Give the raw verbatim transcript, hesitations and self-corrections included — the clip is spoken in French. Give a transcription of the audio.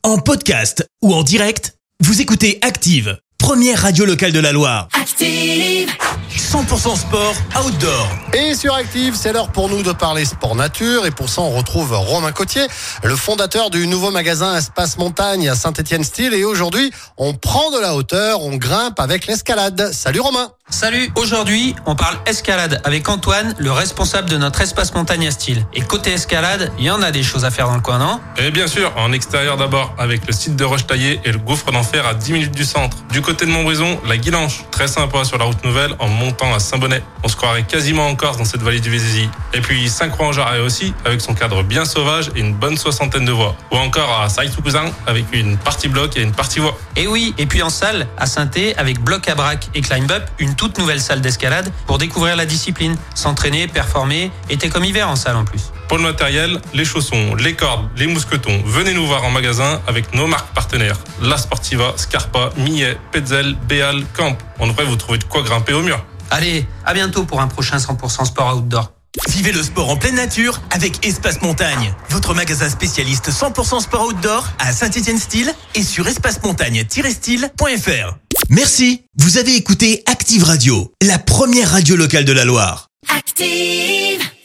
En podcast ou en direct, vous écoutez Active, première radio locale de la Loire. Active cent pour cent sport outdoor. Et sur Active, c'est l'heure pour nous de parler sport nature. Et pour ça, on retrouve Romain Cotier, le fondateur du nouveau magasin Espace Montagne à Saint-Étienne-Style. Et aujourd'hui, on prend de la hauteur, on grimpe avec l'escalade. Salut Romain. Salut, aujourd'hui on parle escalade avec Antoine, le responsable de notre espace montagne à Style. Et côté escalade, il y en a des choses à faire dans le coin, non ? Et bien sûr, en extérieur d'abord, avec le site de Roche-Taillée et le gouffre d'enfer à dix minutes du centre. Du côté de Montbrison, la Guilanche, très sympa sur la route nouvelle en montant à Saint-Bonnet. On se croirait quasiment en Corse dans cette vallée du Vézézy. Et puis Saint-Croix-en-Jarret aussi, avec son cadre bien sauvage et une bonne soixantaine de voies. Ou encore à Saït-Cousin, avec une partie bloc et une partie voie. Et oui, et puis en salle, à Saint-Thé, avec bloc à braque et climb up, une toute nouvelle salle d'escalade pour découvrir la discipline, s'entraîner, performer, été comme hiver en salle en plus. Pour le matériel, les chaussons, les cordes, les mousquetons, venez nous voir en magasin avec nos marques partenaires. La Sportiva, Scarpa, Millet, Petzl, Béal, Camp. On devrait vous trouver de quoi grimper au mur. Allez, à bientôt pour un prochain cent pour cent sport outdoor. Vivez le sport en pleine nature avec Espace Montagne, votre magasin spécialiste cent pour cent sport outdoor à Saint-Étienne-Style et sur espace montagne tiret style point f r. Merci, vous avez écouté Active Radio, la première radio locale de la Loire. Active!